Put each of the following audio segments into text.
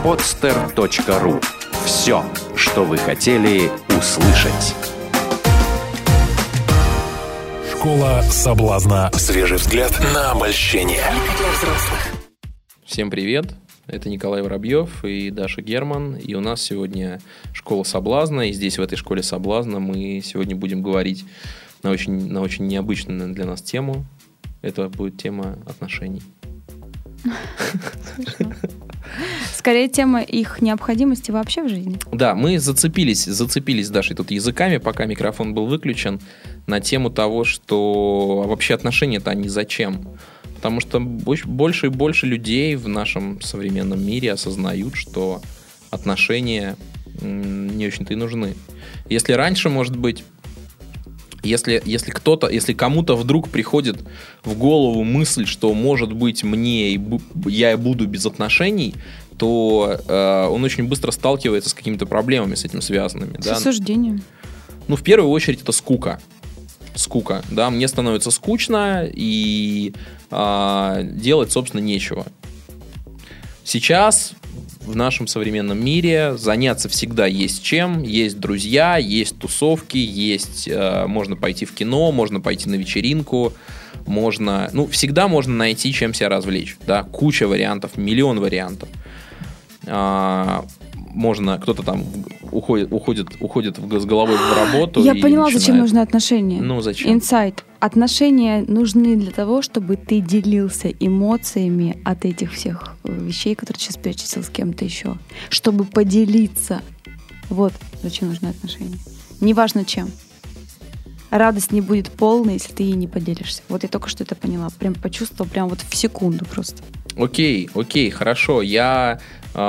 podster.ru. Все, что вы хотели услышать. Школа соблазна. Свежий взгляд на обольщение. Всем привет. Это Николай Воробьев и Даша Герман. И у нас сегодня школа соблазна. И здесь, в этой школе соблазна, мы сегодня будем говорить на очень необычную для нас тему. Это будет тема отношений. Скорее, тема их необходимости вообще в жизни. Да, мы зацепились с Дашей тут языками, пока микрофон был выключен, на тему того, что вообще отношения-то они зачем? Потому что больше и больше людей в нашем современном мире осознают, что отношения не очень-то и нужны. Если раньше, может быть, если кому-то вдруг приходит в голову мысль, что, может быть, я буду без отношений, то он очень быстро сталкивается с какими-то проблемами с этим связанными. С осуждением. Ну, в первую очередь, это скука. Да, мне становится скучно, и делать, собственно, нечего. Сейчас в нашем современном мире заняться всегда есть чем. Есть друзья, есть тусовки, можно пойти в кино, можно пойти на вечеринку, всегда можно найти, чем себя развлечь. Да? Куча вариантов, миллион вариантов. Кто-то там уходит с головой в работу. Я поняла, зачем нужны отношения. Ну, зачем? Инсайт. Отношения нужны для того, чтобы ты делился эмоциями от этих всех вещей, которые сейчас перечислил с кем-то еще. Чтобы поделиться. Вот зачем нужны отношения. Неважно чем. Радость не будет полной, если ты ей не поделишься. Вот я только что это поняла. Прям почувствовала, прям вот в секунду просто. Окей, хорошо. Я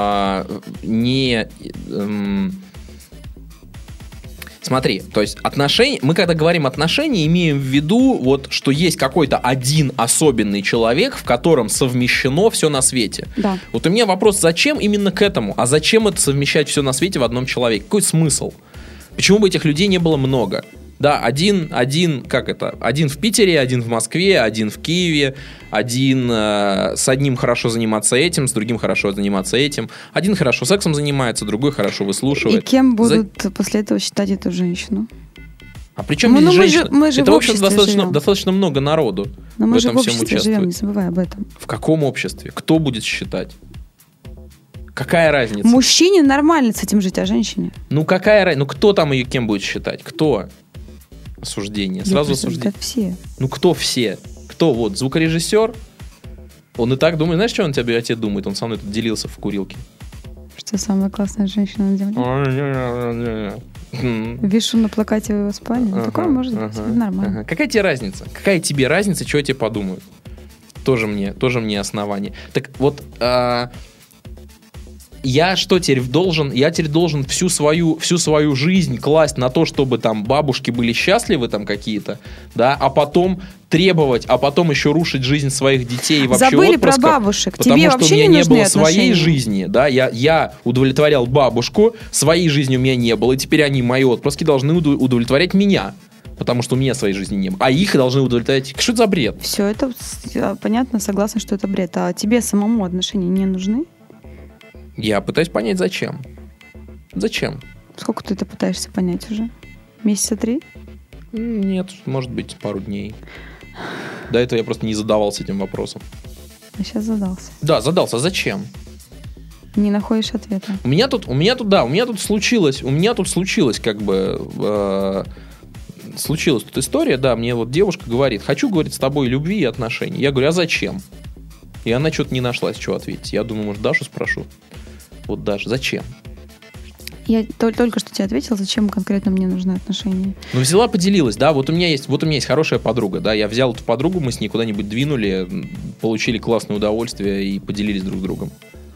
Смотри, то есть отношения, мы когда говорим отношения, имеем в виду, что есть какой-то один особенный человек, в котором совмещено все на свете. Да. Вот у меня вопрос, зачем именно к этому? А зачем это совмещать все на свете в одном человеке? Какой смысл? Почему бы этих людей не было много? Да, один в Питере, один в Москве, один в Киеве, один с одним хорошо заниматься этим, с другим хорошо заниматься этим, один хорошо сексом занимается, другой хорошо выслушивает. И кем будут после этого считать эту женщину? А при чем здесь женщина? Мы же это, в общем, обществе достаточно много народу. Но мы же в этом всем обществе участвует. живем, не забывай об этом. В каком обществе? Кто будет считать? Какая разница? Мужчине нормально с этим жить, а женщине? Какая разница? Кто там ее кем будет считать? Кто? Осуждение. Сразу осуждение. Все. Кто все? Кто? Звукорежиссер? Он и так думает. Знаешь, что он о тебе думает? Он со мной тут делился в курилке. Что самая классная женщина на земле? Вишу на плакате в его спальне. Такое может быть. Это нормально. Какая тебе разница? Какая тебе разница, что о тебе подумают? Тоже мне основание. Так вот... Я теперь должен всю свою жизнь класть на то, чтобы там бабушки были счастливы там какие-то, да, а потом требовать, а потом еще рушить жизнь своих детей и вообще забыли отпрысков, про бабушек. потому Тебе что вообще у меня не не было нужны своей отношения. жизни, да, я удовлетворял бабушку, своей жизни у меня не было, и теперь они, мои отпрыски, должны удовлетворять меня. Потому что у меня своей жизни не было. А их должны удовлетворять. Что это за бред? Все это понятно, согласна, что это бред. А тебе самому отношения не нужны? Я пытаюсь понять, зачем. Зачем? Сколько ты это пытаешься понять уже? Месяца 3? Нет, может быть, пару дней. До этого я просто не задавался этим вопросом. А сейчас задался. Да, задался. Зачем? Не находишь ответа. У меня тут случилась случилась тут история, да, мне девушка говорит, хочу, говорит, с тобой любви и отношений. Я говорю, а зачем? И она что-то не нашла, что ответить. Я думаю, может, Дашу спрошу. Даша, зачем? Я только что тебе ответила, зачем конкретно мне нужны отношения. Взяла, поделилась, да, у меня есть хорошая подруга, да, я взял эту подругу, мы с ней куда-нибудь двинули, получили классное удовольствие и поделились друг с другом.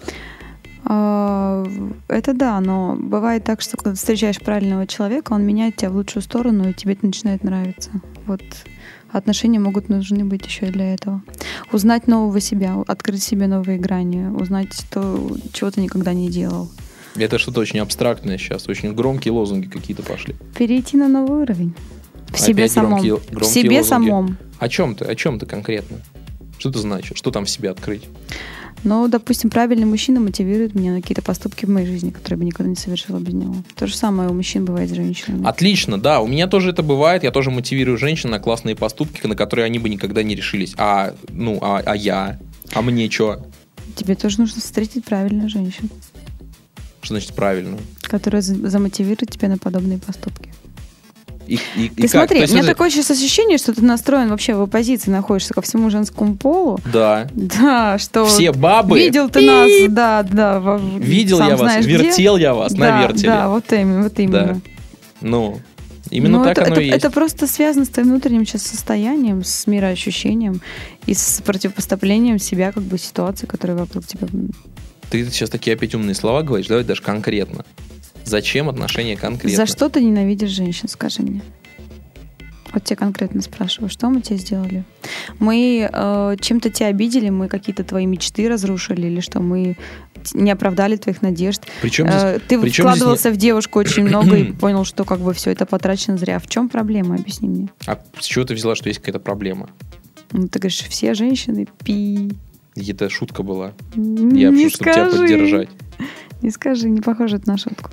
Это да, но бывает так, что когда встречаешь правильного человека, он меняет тебя в лучшую сторону, и тебе это начинает нравиться. Отношения могут нужны быть еще и для этого. Узнать нового себя, открыть себе новые грани, узнать то, чего ты никогда не делал. Это что-то очень абстрактное сейчас, очень громкие лозунги какие-то пошли. Перейти на новый уровень. В себе самом. В себе самом. О чем ты конкретно? Что это значит? Что там в себе открыть? Но, допустим, правильный мужчина мотивирует меня на какие-то поступки в моей жизни, которые бы никогда не совершила без него. То же самое у мужчин бывает с женщинами. Отлично, да. У меня тоже это бывает. Я тоже мотивирую женщин на классные поступки, на которые они бы никогда не решились. А я? А мне что? Тебе тоже нужно встретить правильную женщину. Что значит правильно? Которая замотивирует тебя на подобные поступки. Ты смотри, у меня такое сейчас ощущение, что ты настроен вообще в оппозиции, находишься ко всему женскому полу. Да. Да, что... Все бабы. Видел ты нас, да. Видел я вас, вертел я вас на вертеле. Да, вот именно. Да. Ну, именно так оно и есть. Это просто связано с твоим внутренним сейчас состоянием, с мироощущением и с противопоставлением себя как бы ситуации, которые вокруг тебя. Ты сейчас такие опять умные слова говоришь, давай даже конкретно. Зачем отношения конкретно? За что ты ненавидишь женщин, скажи мне? Вот тебя конкретно спрашиваю, что мы тебе сделали? Мы чем-то тебя обидели, мы какие-то твои мечты разрушили, или что мы не оправдали твоих надежд? Ты вкладывался в девушку очень много и понял, что как бы все это потрачено зря. В чем проблема? Объясни мне. А с чего ты взяла, что есть какая-то проблема? Ну, ты говоришь, все женщины Это шутка была. Я прошу, чтобы тебя поддержать. Не скажи, не похоже это на шутку.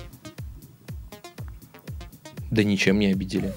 Да ничем не обидели.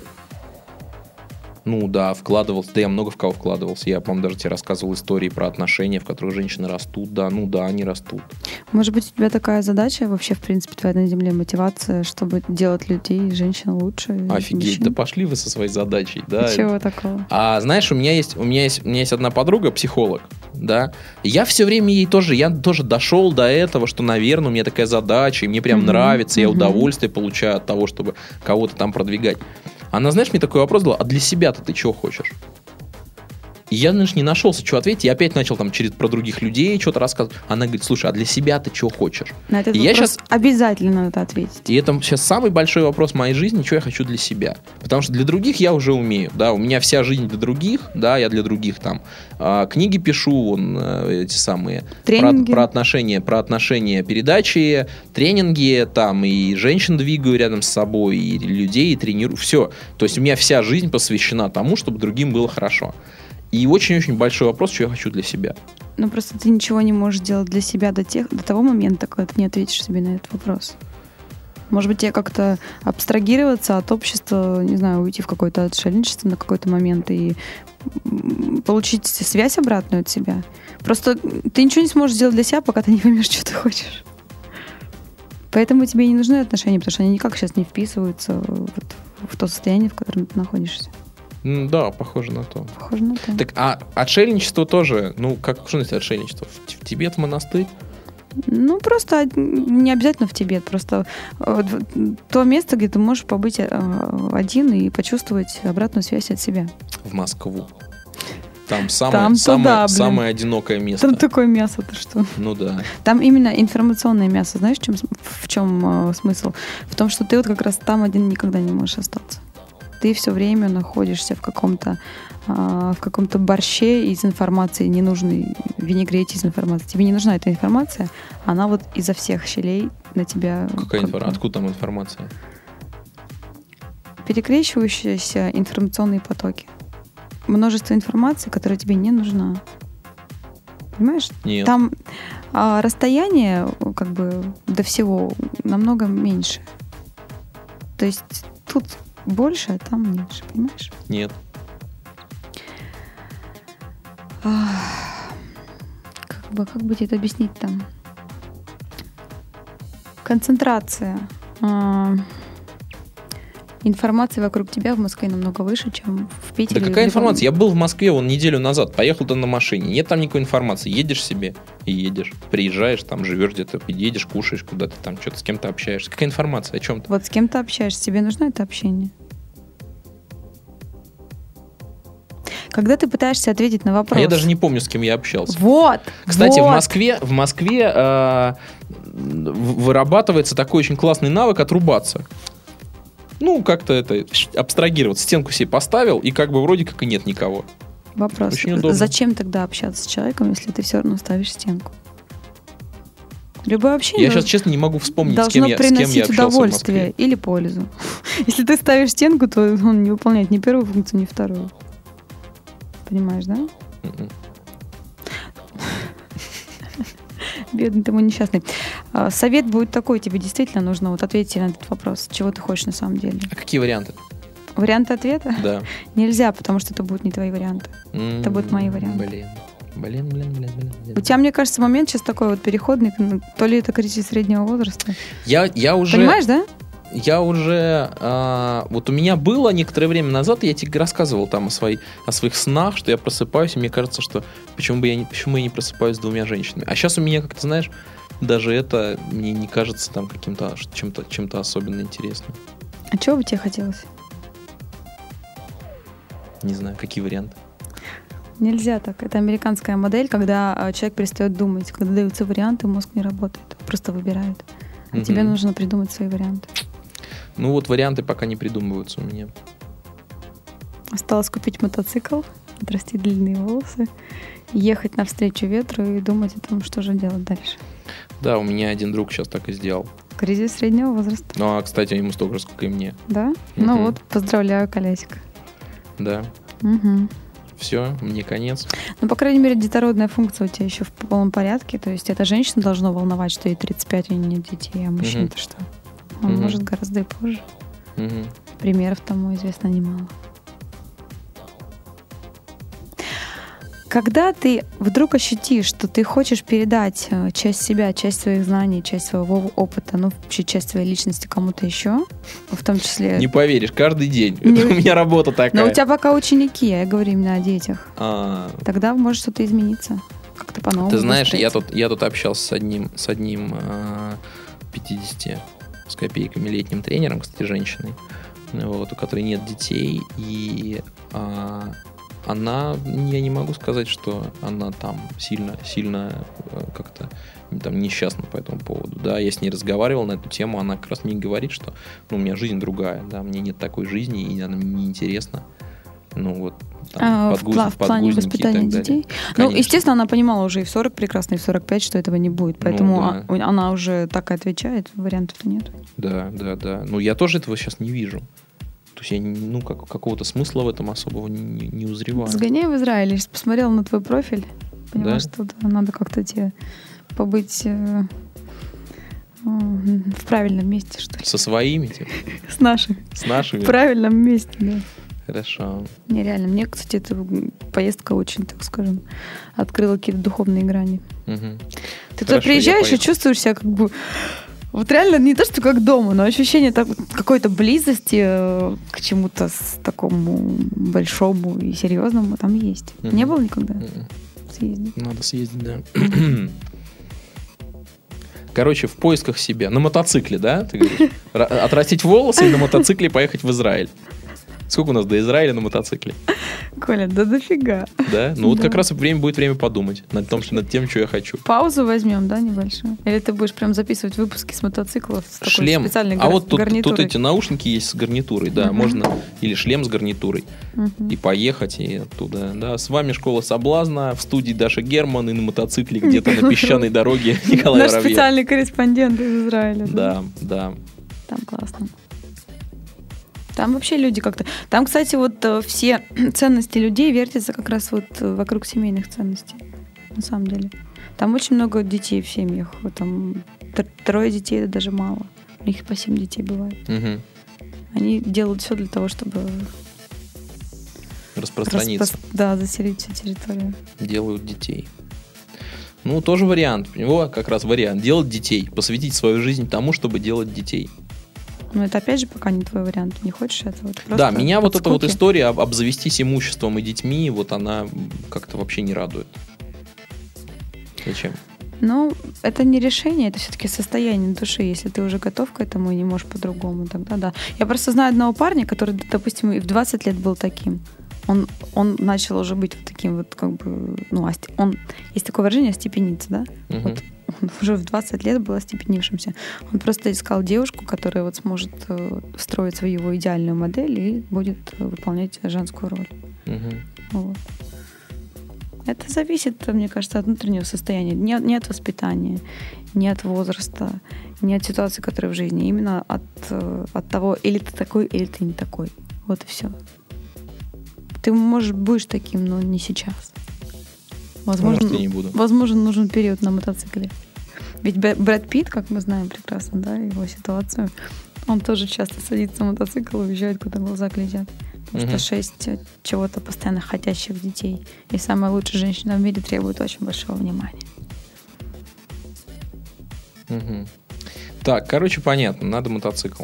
Ну да, вкладывался. Да я много в кого вкладывался. Я, по-моему, даже тебе рассказывал истории про отношения, в которых женщины растут. Да, они растут. Может быть, у тебя такая задача вообще, в принципе, твоя на земле мотивация, чтобы делать людей и женщин лучше? Офигеть, да пошли вы со своей задачей. Да. Чего такого? Знаешь, у меня есть одна подруга, психолог, да. Я все время я тоже дошел до этого, что, наверное, у меня такая задача, и мне прям нравится, я удовольствие получаю от того, чтобы кого-то там продвигать. Она, знаешь, мне такой вопрос задала, а для себя-то ты чего хочешь? И я, знаешь, не нашелся, что ответить. Я опять начал там про других людей что-то рассказывать. Она говорит, слушай, а для себя ты чего хочешь? На этот вопрос обязательно надо ответить. И это сейчас самый большой вопрос в моей жизни, что я хочу для себя. Потому что для других я уже умею, да, у меня вся жизнь для других, да, я для других там книги пишу, эти самые про отношения, передачи, тренинги, там, и женщин двигаю рядом с собой, и людей, и тренирую, все. То есть у меня вся жизнь посвящена тому, чтобы другим было хорошо. И очень-очень большой вопрос, что я хочу для себя. Ну, просто ты ничего не можешь делать для себя до того момента, когда ты не ответишь себе на этот вопрос. Может быть, тебе как-то абстрагироваться от общества, не знаю, уйти в какое-то отшельничество на какой-то момент и получить связь обратную от себя. Просто ты ничего не сможешь сделать для себя, пока ты не поймешь, что ты хочешь. Поэтому тебе и не нужны отношения, потому что они никак сейчас не вписываются в то состояние, в котором ты находишься. Да, похоже на то. Похоже на то. Так, а отшельничество тоже, что значит отшельничество? В Тибет, в монастырь? Ну, просто не обязательно в Тибет, просто то место, где ты можешь побыть один и почувствовать обратную связь от себя. В Москву. Там самое одинокое место. Там такое мясо, ты что? Ну да. Там именно информационное мясо. Знаешь, в чем смысл? В том, что ты вот как раз там один никогда не можешь остаться. Ты все время находишься в каком-то борще из информации, ненужной винегрете из информации. Тебе не нужна эта информация, она вот изо всех щелей на тебя... Какая информация? Откуда там информация? Перекрещивающиеся информационные потоки. Множество информации, которая тебе не нужна. Понимаешь? Нет. Там расстояние как бы до всего намного меньше. То есть тут больше, а там меньше, понимаешь? Нет. Как бы тебе это объяснить там? Концентрация информации вокруг тебя в Москве намного выше, чем в Питере. Да какая информация? Я был в Москве неделю назад, поехал туда на машине. Нет там никакой информации. Едешь себе и едешь. Приезжаешь, там живешь где-то, едешь, кушаешь куда-то, там что-то с кем-то общаешься. Какая информация? О чем ты? Вот с кем ты общаешься, тебе нужно это общение? Когда ты пытаешься ответить на вопрос... А я даже не помню, с кем я общался. Вот! Кстати, вот. в Москве вырабатывается такой очень классный навык отрубаться. Ну, как-то это абстрагироваться. Стенку себе поставил, и как бы вроде как и нет никого. Вопрос. Очень удобно. Зачем тогда общаться с человеком, если ты все равно ставишь стенку? Любое общение... Я сейчас, честно, не могу вспомнить, с кем я общался удовольствие в Москве. Или пользу. Если ты ставишь стенку, то он не выполняет ни первую функцию, ни вторую. Понимаешь, да? Бедный ты мой несчастный. Совет будет такой, тебе действительно нужно вот ответить на этот вопрос. Чего ты хочешь на самом деле? А какие варианты? Варианты ответа? Да. Нельзя, потому что это будут не твои варианты. Это будут мои варианты. Блин. У тебя, мне кажется, момент сейчас такой вот переходный, то ли это кризис среднего возраста. Я уже... Понимаешь, да? Я уже... вот у меня было некоторое время назад, я тебе рассказывал там о своих снах, что я просыпаюсь, и мне кажется, что почему я не просыпаюсь с двумя женщинами. А сейчас у меня, как ты знаешь, даже это мне не кажется там каким-то чем-то особенно интересным. А чего бы тебе хотелось? Не знаю, какие варианты? Нельзя так. Это американская модель, когда человек перестает думать. Когда даются варианты, мозг не работает. Он просто выбирает. А тебе нужно придумать свои варианты. Ну вот варианты пока не придумываются у меня. Осталось купить мотоцикл, отрастить длинные волосы, ехать навстречу ветру и думать о том, что же делать дальше. Да, у меня один друг сейчас так и сделал. Кризис среднего возраста. Ну, а, кстати, ему столько же, сколько и мне. Да? Ну вот, поздравляю, колесико. Да. Угу. Все, мне конец. Ну, по крайней мере, детородная функция у тебя еще в полном порядке. То есть эта женщина должна волновать, что ей 35, и нет детей, а мужчина-то что? Он может гораздо и позже. Примеров тому известно немало. Когда ты вдруг ощутишь, что ты хочешь передать часть себя, часть своих знаний, часть своего опыта, ну, вообще часть своей личности кому-то еще, в том числе... Не поверишь, каждый день. Это у меня работа такая. Но у тебя пока ученики, я говорю именно о детях. Тогда может что-то измениться. Как-то по-новому. Ты знаешь, я тут общался с одним 50 с копейками летним тренером, кстати, женщиной, вот, у которой нет детей, и она, я не могу сказать, что она там сильно как-то там несчастна по этому поводу. Да, я с ней разговаривал на эту тему, она как раз мне говорит, что у меня жизнь другая, да, мне нет такой жизни, и она мне неинтересна. Ну вот, там, в плане воспитания детей. Ну, естественно, она понимала уже и в 40 прекрасно, и в 45, что этого не будет. Поэтому она уже так и отвечает, вариантов-то нет. Да. Ну, я тоже этого сейчас не вижу. То есть я какого-то смысла в этом особого не узреваю. Сгоняй в Израиль, я сейчас посмотрела на твой профиль. Поняла, что надо как-то тебе побыть в правильном месте, что ли. Со своими? Типа? С нашими. С нашими? В правильном месте, да. Хорошо. Нереально. Мне, кстати, эта поездка очень, так скажем, открыла какие-то духовные грани. Ты туда приезжаешь и чувствуешь себя как бы... Вот реально не то, что как дома, но ощущение какой-то близости к чему-то такому большому и серьезному там есть. Не было никогда? Съездить. Надо съездить, да. Короче, в поисках себя. На мотоцикле, да, ты говоришь? Отрастить волосы и на мотоцикле поехать в Израиль. Сколько у нас до Израиля на мотоцикле? Коля, да дофига. Да? Ну вот как раз будет время подумать над тем, что я хочу. Паузу возьмем, да, небольшую? Или ты будешь прям записывать выпуски с мотоциклов с такой шлем. Специальной гарнитурой? А вот тут гарнитурой? эти наушники есть с гарнитурой, да, можно, или шлем с гарнитурой, и поехать, и оттуда, да. С вами «Школа соблазна», в студии Даша Герман, и на мотоцикле где-то на песчаной дороге Николай Воробьев. Наш специальный корреспондент из Израиля. Да. Там классно. Там вообще люди как-то... Там, кстати, вот все ценности людей вертятся как раз вот вокруг семейных ценностей. На самом деле. Там очень много детей в семьях. Вот там 3 детей — это даже мало. У них по 7 детей бывает. Они делают все для того, чтобы... Распространиться. Да, заселить всю территорию. Делают детей. Ну, тоже вариант. Его как раз вариант. Делать детей. Посвятить свою жизнь тому, чтобы делать детей. Но это опять же пока не твой вариант. Не хочешь этого? Да, меня вот эта вот история обзавестись имуществом и детьми, вот она как-то вообще не радует. Зачем? Ну, это не решение, это все-таки состояние души. Если ты уже готов к этому и не можешь по-другому, тогда да. Я просто знаю одного парня, который, допустим, и в 20 лет был таким. Он начал уже быть вот таким вот как бы... Ну, есть такое выражение «остепениться», да? Вот. Он уже в 20 лет был остепенившимся. Он просто искал девушку, которая вот сможет строить свою его идеальную модель и будет выполнять женскую роль. Вот. Это зависит, мне кажется, от внутреннего состояния. Не от воспитания, не от возраста, не от ситуации, которая в жизни. Именно от того, или ты такой, или ты не такой. Вот и все. Ты, может, будешь таким, но не сейчас. Возможно, может, я не буду. Возможно, нужен период на мотоцикле. Ведь Брэд Питт, как мы знаем прекрасно, да, его ситуацию, он тоже часто садится на мотоцикл и уезжает, куда глаза глядят. Потому что 6 чего-то постоянно хотящих детей. И самая лучшая женщина в мире требует очень большого внимания. Так, короче, понятно, надо мотоцикл.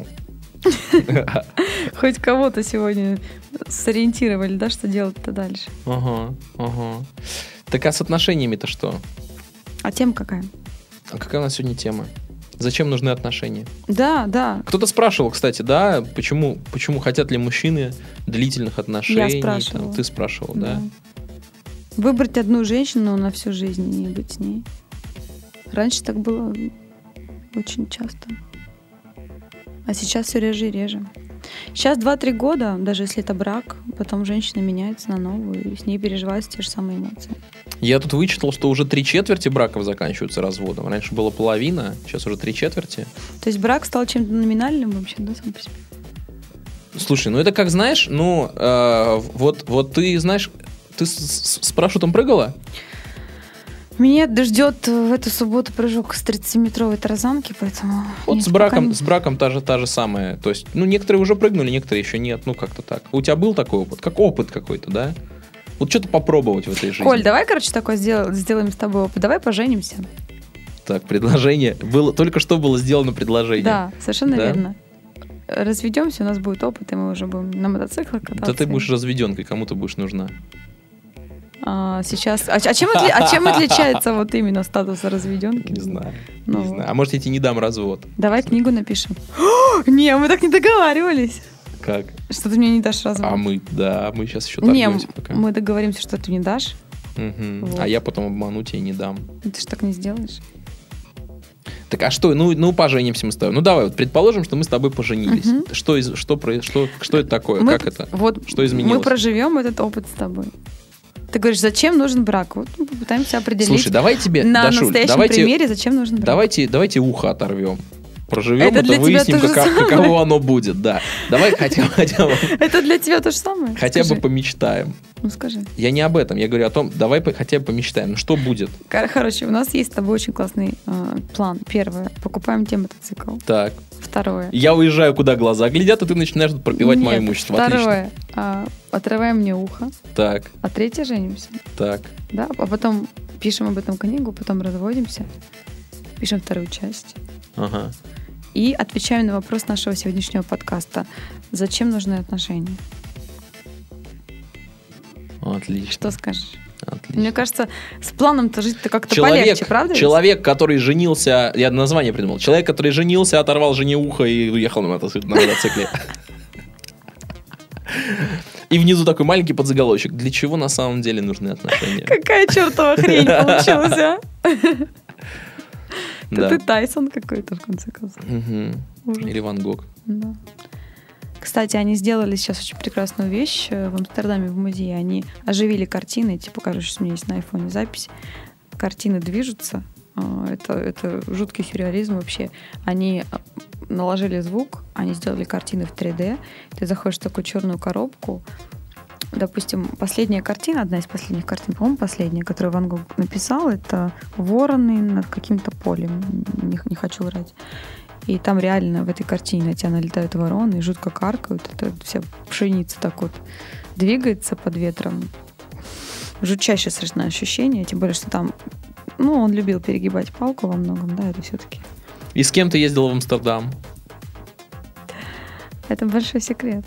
Хоть кого-то сегодня сориентировали, да, что делать-то дальше. Ага. Так а с отношениями-то что? А тема какая? А какая у нас сегодня тема? Зачем нужны отношения? Да. Кто-то спрашивал, кстати, да, почему хотят ли мужчины длительных отношений? Я спрашивала. Ты спрашивал, да? Выбрать одну женщину на всю жизнь и не быть с ней. Раньше так было очень часто. А сейчас все реже и реже. Сейчас 2-3 года, даже если это брак, потом женщина меняется на новую, и с ней переживаются те же самые эмоции. Я тут вычитал, что уже 3/4 браков заканчиваются разводом. Раньше было половина, сейчас уже 3/4. То есть брак стал чем-то номинальным вообще, да, сам по себе? Слушай, это как, знаешь, вот ты знаешь, ты с парашютом прыгала? Меня ждет в эту субботу прыжок с 30-метровой тарзанки, поэтому... Вот с браком та же самая. То есть, некоторые уже прыгнули, некоторые еще нет. Как-то так. У тебя был такой опыт? Как опыт какой-то, да? Вот что-то попробовать в этой жизни. Коль, давай, такой сделаем с тобой опыт. Давай поженимся. Так, предложение. Только что было сделано предложение. Да, совершенно верно. Разведемся, у нас будет опыт, и мы уже будем на мотоциклах кататься. Да ты будешь разведенкой, кому ты будешь нужна? Сейчас. Чем отличается вот именно статус разведенки? Не знаю. А может, я тебе не дам развод? Давай книгу напишем. Не, мы так не договаривались. Как? Что ты мне не дашь развод? Мы сейчас еще торгуемся пока. Мы договоримся, что ты не дашь. Вот. А я потом обману тебя и не дам. Ты же так не сделаешь. Так, а что? Поженимся мы с тобой. Давай, вот предположим, что мы с тобой поженились. Что это такое? Как это? Что изменилось? Мы проживем этот опыт с тобой. Ты говоришь, зачем нужен брак? Вот мы попытаемся определить. Слушай, давай тебе, на настоящем примере, зачем нужен брак. Давайте ухо оторвем. Проживем это выясним, каково оно будет. Да. Давай хотя бы... Это для тебя то же самое? Хотя бы помечтаем. Скажи. Я не об этом. Я говорю о том, давай хотя бы помечтаем. Что будет? Короче, у нас есть с тобой очень классный план. Первое. Покупаем тебе мотоцикл. Так. Второе. Я уезжаю, куда глаза глядят, и ты начинаешь пропивать мое имущество. Второе. Отрываем мне ухо. Так. А третье, женимся. Так. Да, а потом пишем об этом книгу, потом разводимся. Пишем вторую часть. Ага. И отвечаем на вопрос нашего сегодняшнего подкаста. Зачем нужны отношения? Отлично. Что скажешь? Отлично. Мне кажется, с планом-то жить-то как-то полегче, правда? Человек, который женился... Я название придумал. Человек, который женился, оторвал жене ухо и уехал на мотоцикле. И внизу такой маленький подзаголовочек. Для чего на самом деле нужны отношения? Какая чертова хрень получилась, а? Ты Тайсон какой-то, в конце концов. Или Ван Гог. Да. Кстати, они сделали сейчас очень прекрасную вещь в Амстердаме, в музее. Они оживили картины. Я тебе покажу, что у меня есть на айфоне запись. Картины движутся. Это жуткий сюрреализм вообще. Они наложили звук, они сделали картины в 3D. Ты заходишь в такую черную коробку. Допустим, последняя картина, одна из последних картин, по-моему, последняя, которую Ван Гог написал, это вороны над каким-то полем. Не хочу врать. И там реально в этой картине на тебя налетают вороны и жутко каркают. Это вся пшеница так вот двигается под ветром. Жутчайшее совершенно ощущение. Тем более, что там... он любил перегибать палку во многом, да, это все-таки. И с кем ты ездила в Амстердам? Это большой секрет.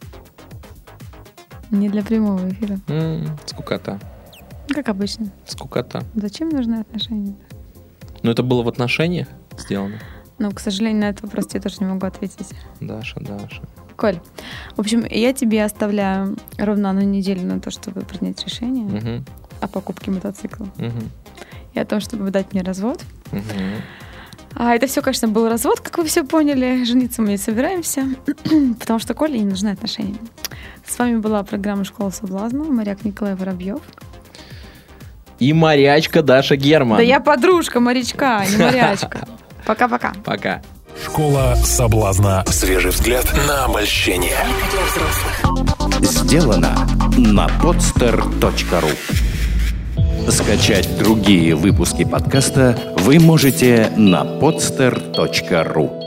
Не для прямого эфира. Скукота. Как обычно. Скукота. Зачем нужны отношения? Это было в отношениях сделано? К сожалению, на этот вопрос я тоже не могу ответить. Даша. Коль, в общем, я тебе оставляю ровно одну неделю на то, чтобы принять решение о покупке мотоцикла. И о том, чтобы дать мне развод. Это все, конечно, был развод, как вы все поняли. Жениться мы не собираемся, потому что Коле не нужны отношения. С вами была программа «Школа соблазна». Моряк Николай Воробьев. И морячка Даша Герман. Да я подружка морячка, а не морячка. Пока-пока. Пока. Школа соблазна. Свежий взгляд на обольщение. Сделано на podster.ru. Скачать другие выпуски подкаста вы можете на podster.ru.